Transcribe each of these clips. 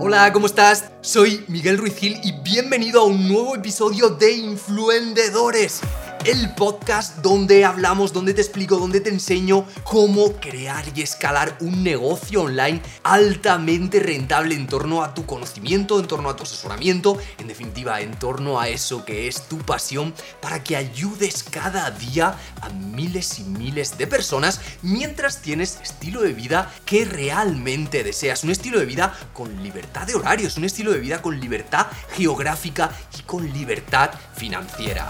Hola, ¿cómo estás? Soy Miguel Ruiz Gil y bienvenido a un nuevo episodio de Influendedores, el podcast donde hablamos, donde te explico, donde te enseño cómo crear y escalar un negocio online altamente rentable en torno a tu conocimiento, en torno a tu asesoramiento, en definitiva, en torno a eso que es tu pasión, para que ayudes cada día a miles y miles de personas mientras tienes estilo de vida que realmente deseas, un estilo de vida con libertad de horarios, un estilo de vida con libertad geográfica y con libertad financiera.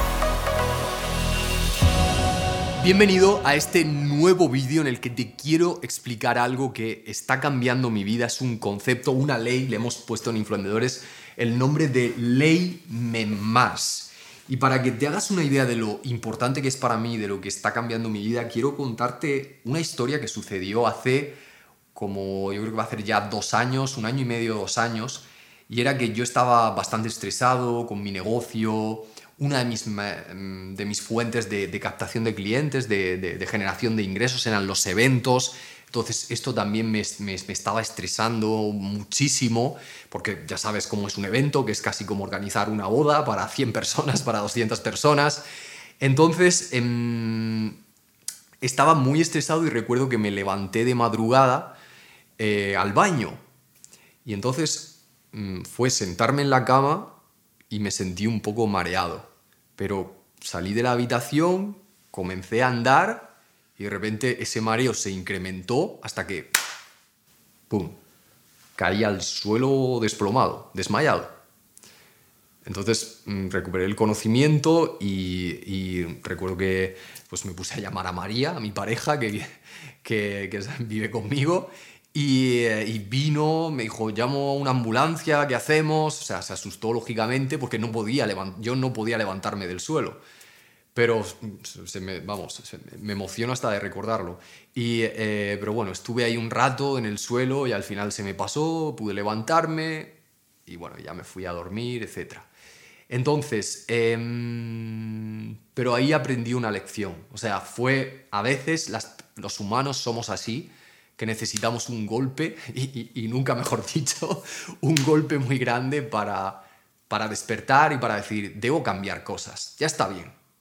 Bienvenido a este nuevo vídeo en el que te quiero explicar algo que está cambiando mi vida. Es un concepto, una ley, le hemos puesto en Influendedores el nombre de Ley MEMAS. Y para que te hagas una idea de lo importante que es para mí, de lo que está cambiando mi vida, quiero contarte una historia que sucedió hace como, yo creo que va a hacer ya 2 años, 1 año y medio, 2 años, y era que yo estaba bastante estresado con mi negocio. Una de mis fuentes de captación de clientes, de generación de ingresos eran los eventos. Entonces esto también me estaba estresando muchísimo, porque ya sabes cómo es un evento, que es casi como organizar una boda para 100 personas, para 200 personas. Entonces estaba muy estresado y recuerdo que me levanté de madrugada al baño. Y entonces fue sentarme en la cama y me sentí un poco mareado. Pero salí de la habitación, comencé a andar y de repente ese mareo se incrementó hasta que ¡pum!, caí al suelo desplomado, desmayado. Entonces recuperé el conocimiento y recuerdo que pues, me puse a llamar a María, a mi pareja que vive conmigo. Y vino, me dijo, llamo a una ambulancia, ¿qué hacemos? O sea, se asustó lógicamente porque yo no podía levantarme del suelo. Pero me emociono hasta de recordarlo. Pero bueno, estuve ahí un rato en el suelo y al final se me pasó, pude levantarme y bueno, ya me fui a dormir, etc. Entonces, pero ahí aprendí una lección. O sea, a veces los humanos somos así, que necesitamos un golpe, y nunca mejor dicho, un golpe muy grande para despertar y para decir, debo cambiar cosas, ya está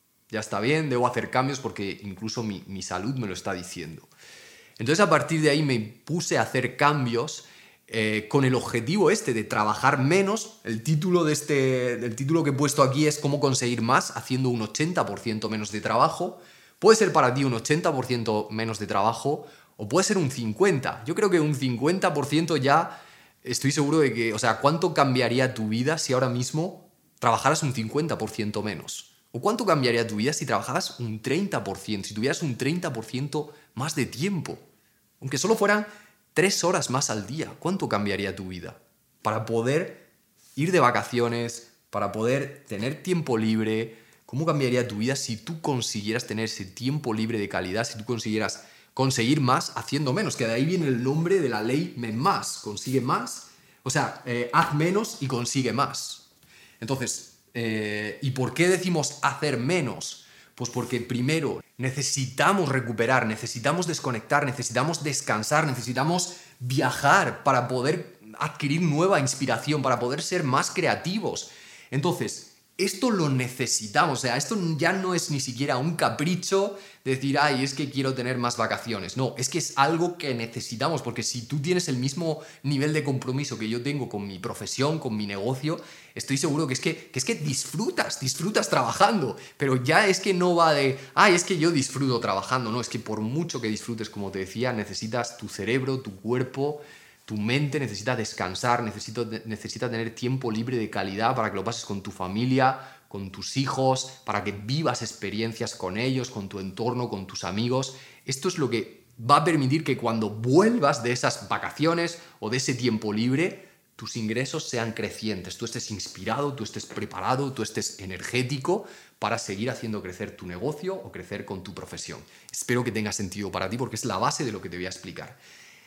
bien, debo hacer cambios porque incluso mi salud me lo está diciendo. Entonces a partir de ahí me puse a hacer cambios con el objetivo de trabajar menos. El título que he puesto aquí es cómo conseguir más haciendo un 80% menos de trabajo. Puede ser para ti un 80% menos de trabajo o puede ser un 50%. Yo creo que un 50% ya estoy seguro de que... O sea, ¿cuánto cambiaría tu vida si ahora mismo trabajaras un 50% menos? ¿O cuánto cambiaría tu vida si trabajaras un 30%? Si tuvieras un 30% más de tiempo. Aunque solo fueran 3 horas más al día. ¿Cuánto cambiaría tu vida? Para poder ir de vacaciones, para poder tener tiempo libre. ¿Cómo cambiaría tu vida si tú consiguieras tener ese tiempo libre de calidad? Si tú consiguieras conseguir más haciendo menos, que de ahí viene el nombre de la ley MEMAS, consigue más, o sea, haz menos y consigue más. Entonces, ¿y por qué decimos hacer menos? Pues porque primero necesitamos recuperar, necesitamos desconectar, necesitamos descansar, necesitamos viajar para poder adquirir nueva inspiración, para poder ser más creativos. Entonces, esto lo necesitamos, o sea, esto ya no es ni siquiera un capricho de decir, ay, es que quiero tener más vacaciones. No, es que es algo que necesitamos, porque si tú tienes el mismo nivel de compromiso que yo tengo con mi profesión, con mi negocio, estoy seguro que es que disfrutas trabajando, pero ya es que no va de, ay, es que yo disfruto trabajando, no, es que por mucho que disfrutes, como te decía, necesitas tu cerebro, tu cuerpo, tu mente necesita descansar, necesita tener tiempo libre de calidad para que lo pases con tu familia, con tus hijos, para que vivas experiencias con ellos, con tu entorno, con tus amigos. Esto es lo que va a permitir que cuando vuelvas de esas vacaciones o de ese tiempo libre, tus ingresos sean crecientes, tú estés inspirado, tú estés preparado, tú estés energético para seguir haciendo crecer tu negocio o crecer con tu profesión. Espero que tenga sentido para ti porque es la base de lo que te voy a explicar.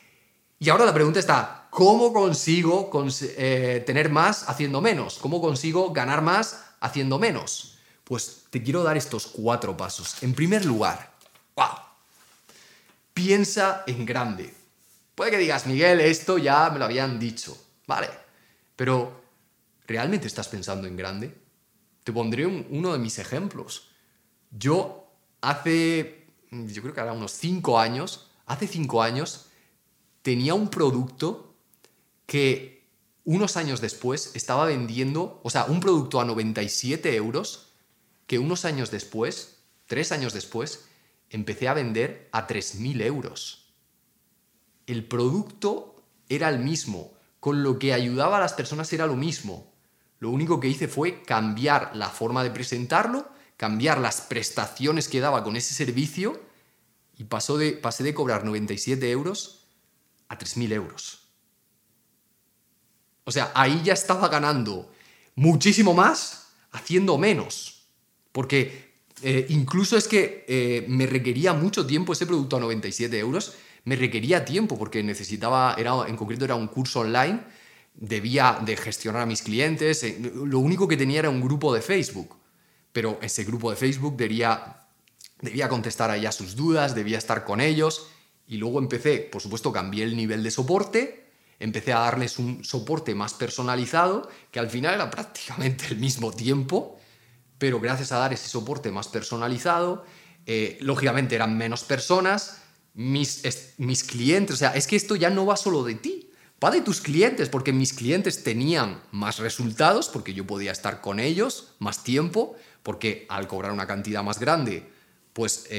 Y ahora la pregunta está, ¿cómo consigo tener más haciendo menos? ¿Cómo consigo ganar más haciendo menos? Pues te quiero dar estos 4 pasos. En primer lugar, piensa en grande. Puede que digas, Miguel, esto ya me lo habían dicho. Vale, pero ¿realmente estás pensando en grande? Te pondré uno de mis ejemplos. Yo creo que era unos 5 años, hace 5 años, tenía un producto que unos años después estaba vendiendo, o sea, un producto a 97 euros, que unos años después, 3 años después, empecé a vender a 3.000 euros. El producto era el mismo, con lo que ayudaba a las personas era lo mismo. Lo único que hice fue cambiar la forma de presentarlo, cambiar las prestaciones que daba con ese servicio y pasé de cobrar 97 euros a 3.000 euros. O sea, ahí ya estaba ganando muchísimo más haciendo menos. Porque incluso es que me requería mucho tiempo ese producto a 97 euros. Me requería tiempo porque en concreto era un curso online, debía de gestionar a mis clientes. Lo único que tenía era un grupo de Facebook. Pero ese grupo de Facebook debía contestar ahí a sus dudas, debía estar con ellos. Y luego por supuesto, cambié el nivel de soporte, empecé a darles un soporte más personalizado, que al final era prácticamente el mismo tiempo, pero gracias a dar ese soporte más personalizado, lógicamente eran menos personas, mis clientes, o sea, es que esto ya no va solo de ti, va de tus clientes, porque mis clientes tenían más resultados, porque yo podía estar con ellos más tiempo, porque al cobrar una cantidad más grande, pues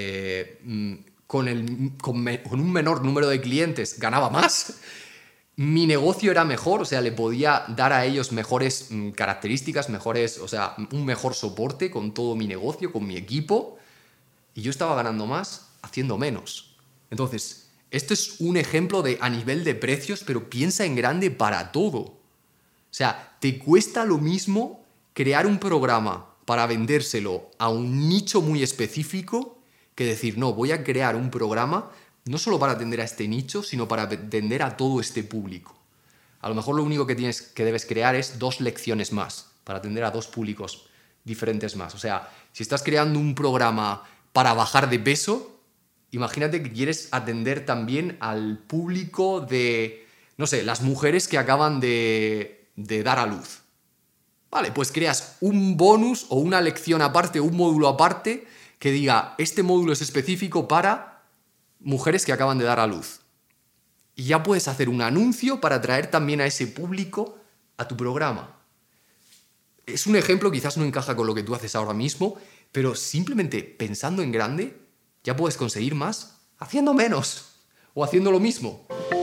con un menor número de clientes ganaba más. Mi negocio era mejor, o sea, le podía dar a ellos mejores características, un mejor soporte con todo mi negocio, con mi equipo, y yo estaba ganando más haciendo menos. Entonces, esto es un ejemplo a nivel de precios, pero piensa en grande para todo. O sea, te cuesta lo mismo crear un programa para vendérselo a un nicho muy específico que decir, no, voy a crear un programa no solo para atender a este nicho, sino para atender a todo este público. A lo mejor lo único que debes crear es 2 lecciones más para atender a 2 públicos diferentes más. O sea, si estás creando un programa para bajar de peso, imagínate que quieres atender también al público de, no sé, las mujeres que acaban de dar a luz. Vale, pues creas un bonus o una lección aparte, un módulo aparte que diga, este módulo es específico para mujeres que acaban de dar a luz. Y ya puedes hacer un anuncio para atraer también a ese público a tu programa. Es un ejemplo, quizás no encaja con lo que tú haces ahora mismo, pero simplemente pensando en grande, ya puedes conseguir más haciendo menos o haciendo lo mismo.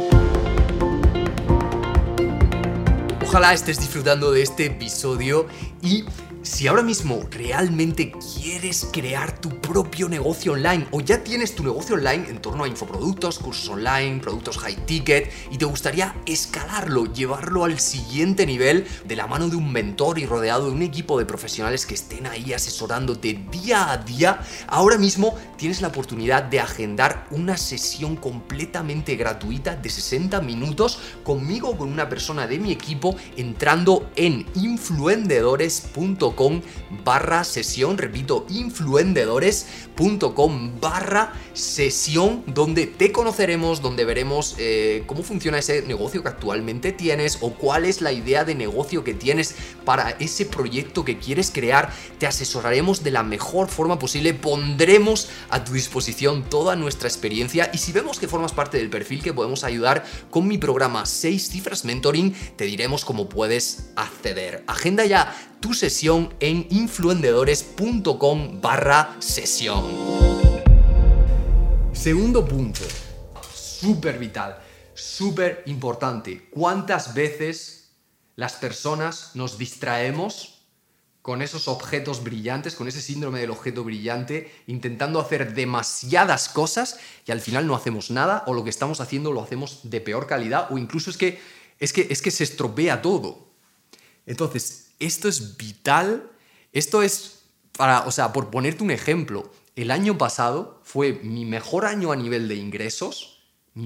Ojalá estés disfrutando de este episodio y si ahora mismo realmente quieres crear tu propio negocio online o ya tienes tu negocio online en torno a infoproductos, cursos online, productos high ticket y te gustaría escalarlo, llevarlo al siguiente nivel de la mano de un mentor y rodeado de un equipo de profesionales que estén ahí asesorándote día a día, ahora mismo tienes la oportunidad de agendar una sesión completamente gratuita de 60 minutos conmigo o con una persona de mi equipo entrando en influendedores.com/sesión, repito, influendedores.com/sesión, donde te conoceremos, donde veremos cómo funciona ese negocio que actualmente tienes o cuál es la idea de negocio que tienes para ese proyecto que quieres crear. Te asesoraremos de la mejor forma posible, pondremos a tu disposición toda nuestra experiencia y si vemos que formas parte del perfil que podemos ayudar con mi programa 6 Cifras Mentoring, te diremos cómo puedes acceder. Agenda ya tu sesión en influendedores.com/sesión. Segundo punto, súper vital, súper importante. ¿Cuántas veces las personas nos distraemos con esos objetos brillantes, con ese síndrome del objeto brillante, intentando hacer demasiadas cosas y al final no hacemos nada o lo que estamos haciendo lo hacemos de peor calidad o incluso es que se estropea todo? Entonces, esto es vital, esto es por ponerte un ejemplo, el año pasado fue mi mejor año a nivel de ingresos,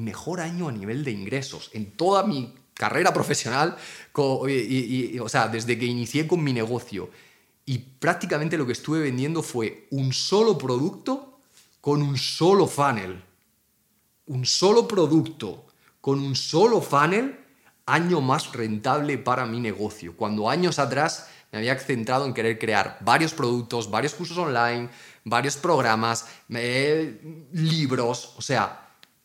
en toda mi carrera profesional, desde que inicié con mi negocio. Y prácticamente lo que estuve vendiendo fue un solo producto con un solo funnel. Un solo producto con un solo funnel año más rentable para mi negocio. Cuando años atrás me había centrado en querer crear varios productos, varios cursos online, varios programas, libros, o sea...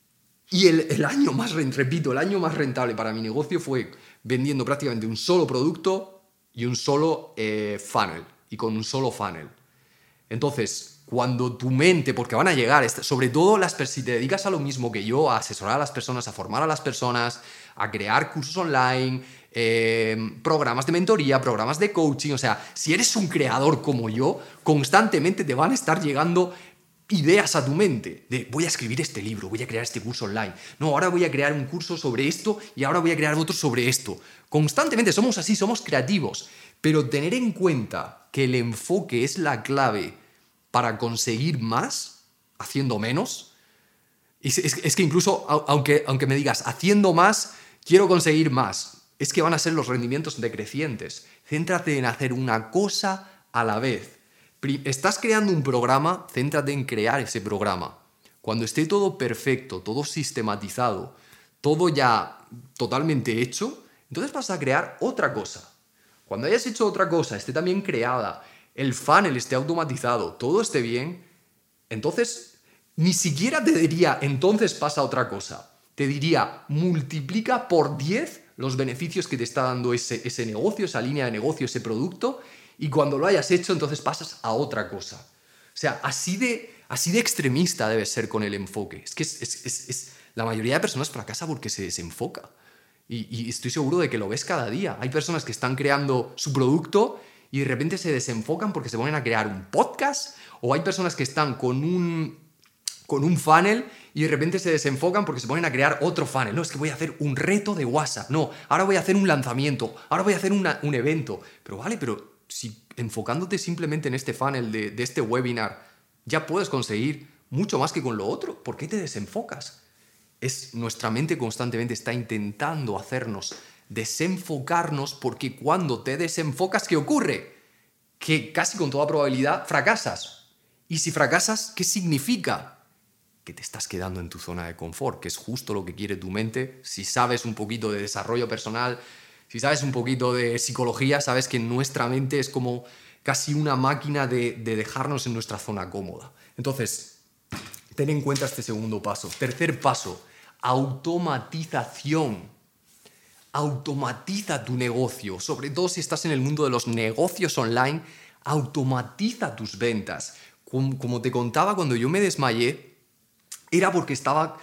Y el año más, repito, el año más rentable para mi negocio fue vendiendo prácticamente un solo producto y un solo funnel, y con un solo funnel. Entonces, cuando tu mente, porque van a llegar, sobre todo si te dedicas a lo mismo que yo, a asesorar a las personas, a formar a las personas, a crear cursos online, programas de mentoría, programas de coaching, o sea, si eres un creador como yo, constantemente te van a estar llegando ideas a tu mente de voy a escribir este libro, voy a crear este curso online, no, ahora voy a crear un curso sobre esto y ahora voy a crear otro sobre esto. Constantemente somos así, somos creativos, pero tener en cuenta que el enfoque es la clave para conseguir más haciendo menos. Es que incluso aunque me digas haciendo más quiero conseguir más, es que van a ser los rendimientos decrecientes. Céntrate en hacer una cosa a la vez. Estás creando un programa, céntrate en crear ese programa. Cuando esté todo perfecto, todo sistematizado, todo ya totalmente hecho, entonces vas a crear otra cosa. Cuando hayas hecho otra cosa, esté también creada, el funnel esté automatizado, todo esté bien, entonces ni siquiera te diría entonces pasa otra cosa. Te diría multiplica por 10 los beneficios que te está dando ese negocio, esa línea de negocio, ese producto, y cuando lo hayas hecho, entonces pasas a otra cosa. O sea, así de extremista debe ser con el enfoque. Es que la mayoría de personas fracasa porque se desenfoca. Y estoy seguro de que lo ves cada día. Hay personas que están creando su producto y de repente se desenfocan porque se ponen a crear un podcast, o hay personas que están con un funnel y de repente se desenfocan porque se ponen a crear otro funnel. No, es que voy a hacer un reto de WhatsApp. No, ahora voy a hacer un lanzamiento. Ahora voy a hacer un evento. Pero vale, pero si enfocándote simplemente en este funnel de este webinar ya puedes conseguir mucho más que con lo otro, ¿por qué te desenfocas? Nuestra mente constantemente está intentando hacernos desenfocarnos, porque cuando te desenfocas, ¿qué ocurre? Que casi con toda probabilidad fracasas. Y si fracasas, ¿qué significa? Que te estás quedando en tu zona de confort, que es justo lo que quiere tu mente. Si sabes un poquito de desarrollo personal, si sabes un poquito de psicología, sabes que nuestra mente es como casi una máquina de dejarnos en nuestra zona cómoda. Entonces, ten en cuenta este segundo paso. Tercer paso, automatización. Automatiza tu negocio, sobre todo si estás en el mundo de los negocios online, automatiza tus ventas. Como te contaba, cuando yo me desmayé, era porque estaba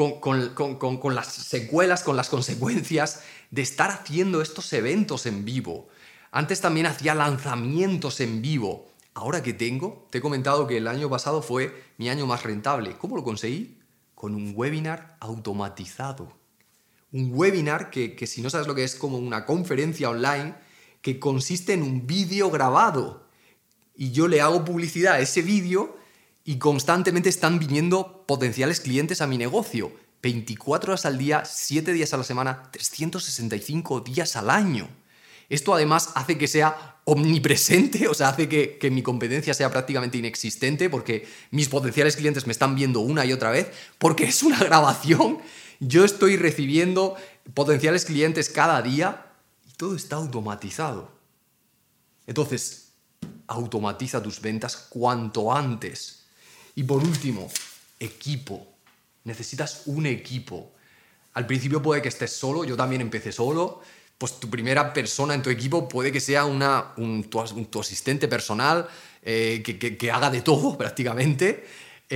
con las secuelas, con las consecuencias de estar haciendo estos eventos en vivo. Antes también hacía lanzamientos en vivo. Ahora que te he comentado que el año pasado fue mi año más rentable. ¿Cómo lo conseguí? Con un webinar automatizado. Un webinar que si no sabes lo que es, como una conferencia online que consiste en un vídeo grabado. Y yo le hago publicidad a ese vídeo y constantemente están viniendo potenciales clientes a mi negocio. 24 horas al día, 7 días a la semana, 365 días al año. Esto además hace que sea omnipresente, o sea, hace que mi competencia sea prácticamente inexistente, porque mis potenciales clientes me están viendo una y otra vez, porque es una grabación. Yo estoy recibiendo potenciales clientes cada día y todo está automatizado. Entonces, automatiza tus ventas cuanto antes. Y por último, equipo. Necesitas un equipo. Al principio puede que estés solo, yo también empecé solo. Pues tu primera persona en tu equipo puede que sea tu asistente personal, que haga de todo prácticamente.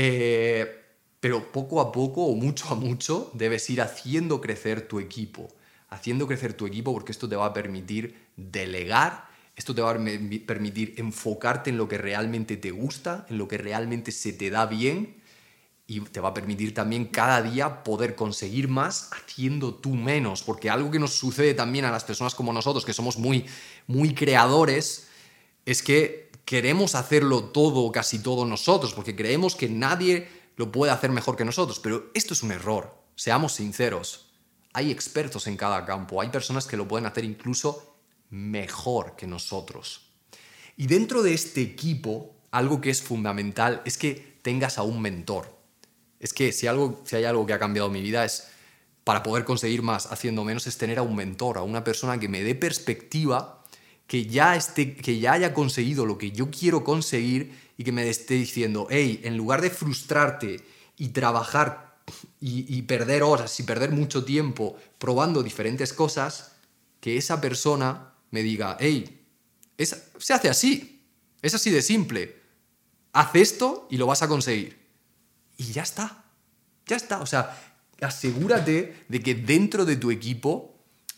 Pero poco a poco o mucho a mucho debes ir haciendo crecer tu equipo. Haciendo crecer tu equipo, porque esto te va a permitir delegar, esto te va a permitir enfocarte en lo que realmente te gusta, en lo que realmente se te da bien, y te va a permitir también cada día poder conseguir más haciendo tú menos. Porque algo que nos sucede también a las personas como nosotros, que somos muy, muy creadores, es que queremos hacerlo todo, casi todo nosotros, porque creemos que nadie lo puede hacer mejor que nosotros. Pero esto es un error, seamos sinceros. Hay expertos en cada campo, hay personas que lo pueden hacer incluso mejor que nosotros. Y dentro de este equipo, algo que es fundamental es que tengas a un mentor. Es que si hay algo que ha cambiado mi vida es para poder conseguir más haciendo menos es tener a un mentor, a una persona que me dé perspectiva, que ya haya conseguido lo que yo quiero conseguir y que me esté diciendo, hey, en lugar de frustrarte y trabajar y perder horas y perder mucho tiempo probando diferentes cosas, que esa persona me diga, hey, se hace así, es así de simple, haz esto y lo vas a conseguir. Y ya está, o sea, asegúrate de que dentro de tu equipo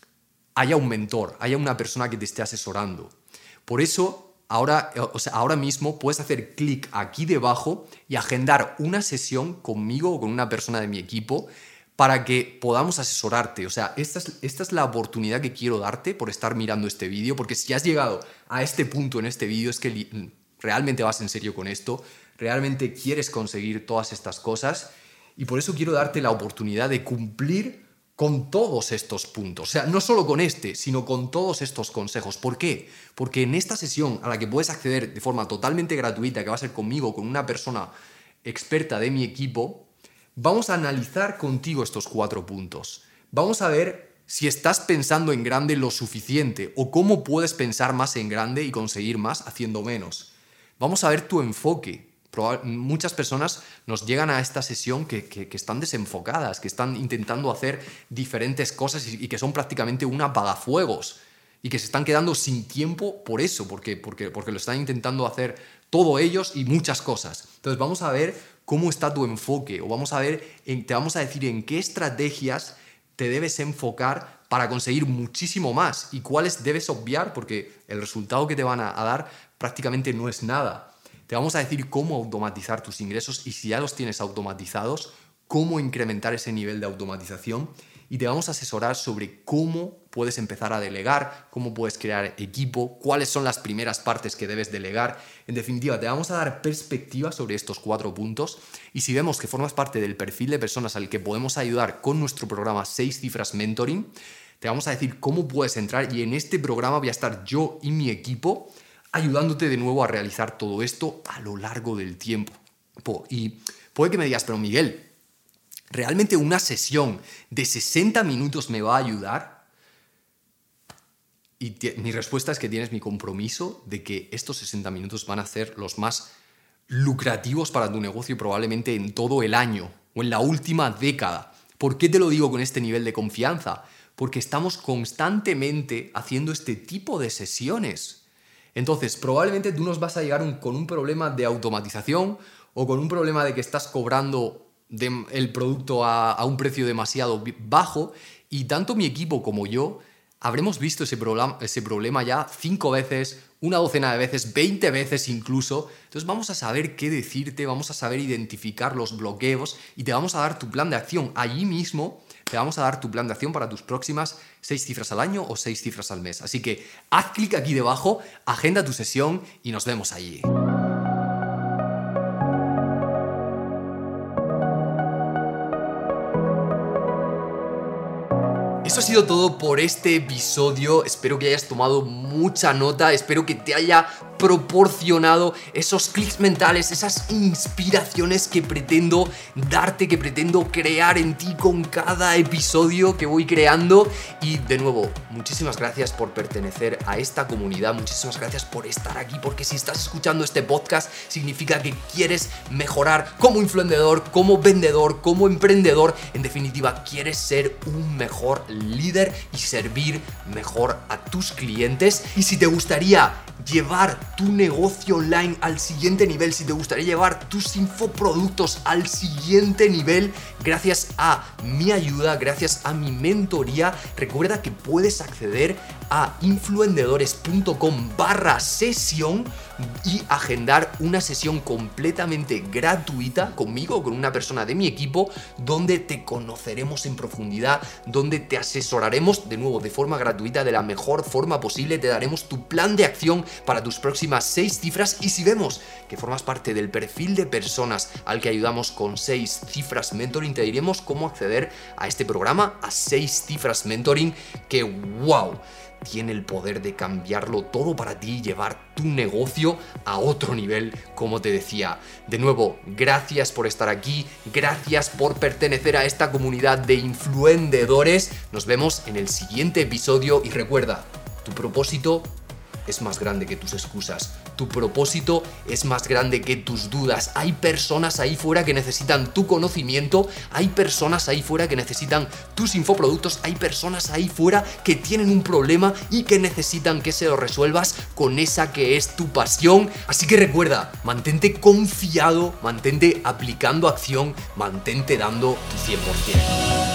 haya un mentor, haya una persona que te esté asesorando. Por eso, ahora mismo puedes hacer clic aquí debajo y agendar una sesión conmigo o con una persona de mi equipo para que podamos asesorarte. O sea, esta es la oportunidad que quiero darte por estar mirando este vídeo, porque si has llegado a este punto en este vídeo es que realmente vas en serio con esto, realmente quieres conseguir todas estas cosas y por eso quiero darte la oportunidad de cumplir con todos estos puntos. O sea, no solo con este, sino con todos estos consejos. ¿Por qué? Porque en esta sesión a la que puedes acceder de forma totalmente gratuita, que va a ser conmigo, con una persona experta de mi equipo, vamos a analizar contigo estos 4 puntos. Vamos a ver si estás pensando en grande lo suficiente o cómo puedes pensar más en grande y conseguir más haciendo menos. Vamos a ver tu enfoque. Muchas personas nos llegan a esta sesión que están desenfocadas, que están intentando hacer diferentes cosas y que son prácticamente un apagafuegos y que se están quedando sin tiempo por eso, porque lo están intentando hacer todo ellos y muchas cosas. Entonces vamos a ver cómo está tu enfoque o te vamos a decir en qué estrategias te debes enfocar para conseguir muchísimo más y cuáles debes obviar porque el resultado que te van a dar prácticamente no es nada. Te vamos a decir cómo automatizar tus ingresos y si ya los tienes automatizados, cómo incrementar ese nivel de automatización y te vamos a asesorar sobre cómo puedes empezar a delegar, cómo puedes crear equipo, cuáles son las primeras partes que debes delegar. En definitiva, te vamos a dar perspectiva sobre estos 4 puntos y si vemos que formas parte del perfil de personas al que podemos ayudar con nuestro programa 6 Cifras Mentoring, te vamos a decir cómo puedes entrar y en este programa voy a estar yo y mi equipo ayudándote de nuevo a realizar todo esto a lo largo del tiempo. Y puede que me digas, pero Miguel, ¿realmente una sesión de 60 minutos me va a ayudar? Y mi respuesta es que tienes mi compromiso de que estos 60 minutos van a ser los más lucrativos para tu negocio probablemente en todo el año o en la última década. ¿Por qué te lo digo con este nivel de confianza? Porque estamos constantemente haciendo este tipo de sesiones. Entonces, probablemente tú nos vas a llegar con un problema de automatización o con un problema de que estás cobrando el producto a un precio demasiado bajo y tanto mi equipo como yo habremos visto ese problema ya 5 veces, una docena de veces, 20 veces incluso. Entonces vamos a saber qué decirte, vamos a saber identificar los bloqueos y te vamos a dar tu plan de acción. Allí mismo te vamos a dar tu plan de acción para tus próximas 6 cifras al año o 6 cifras al mes. Así que haz clic aquí debajo, agenda tu sesión y nos vemos allí. Eso ha sido todo por este episodio. Espero que hayas tomado mucha nota, espero que te haya proporcionado esos clics mentales, esas inspiraciones que pretendo darte, que pretendo crear en ti con cada episodio que voy creando. Y de nuevo, muchísimas gracias por pertenecer a esta comunidad, muchísimas gracias por estar aquí, porque si estás escuchando este podcast significa que quieres mejorar como influenciador, como vendedor, como emprendedor. En definitiva, quieres ser un mejor líder y servir mejor a tus clientes. Y si te gustaría llevar tu negocio online al siguiente nivel, si te gustaría llevar tus infoproductos al siguiente nivel, gracias a mi ayuda, gracias a mi mentoría, recuerda que puedes acceder a influendedores.com/sesión y agendar una sesión completamente gratuita conmigo o con una persona de mi equipo donde te conoceremos en profundidad, donde te asesoraremos de nuevo de forma gratuita, de la mejor forma posible, te daremos tu plan de acción para tus próximas 6 cifras y si vemos que formas parte del perfil de personas al que ayudamos con 6 cifras mentoring, te diremos cómo acceder a este programa, a 6 cifras mentoring, que wow, tiene el poder de cambiarlo todo para ti y llevar tu negocio a otro nivel, como te decía. De nuevo, gracias por estar aquí, gracias por pertenecer a esta comunidad de influendedores. Nos vemos en el siguiente episodio y recuerda, tu propósito es más grande que tus excusas. Tu propósito es más grande que tus dudas. Hay personas ahí fuera que necesitan tu conocimiento, hay personas ahí fuera que necesitan tus infoproductos, hay personas ahí fuera que tienen un problema y que necesitan que se lo resuelvas con esa que es tu pasión. Así que recuerda, mantente confiado, mantente aplicando acción, mantente dando tu 100%.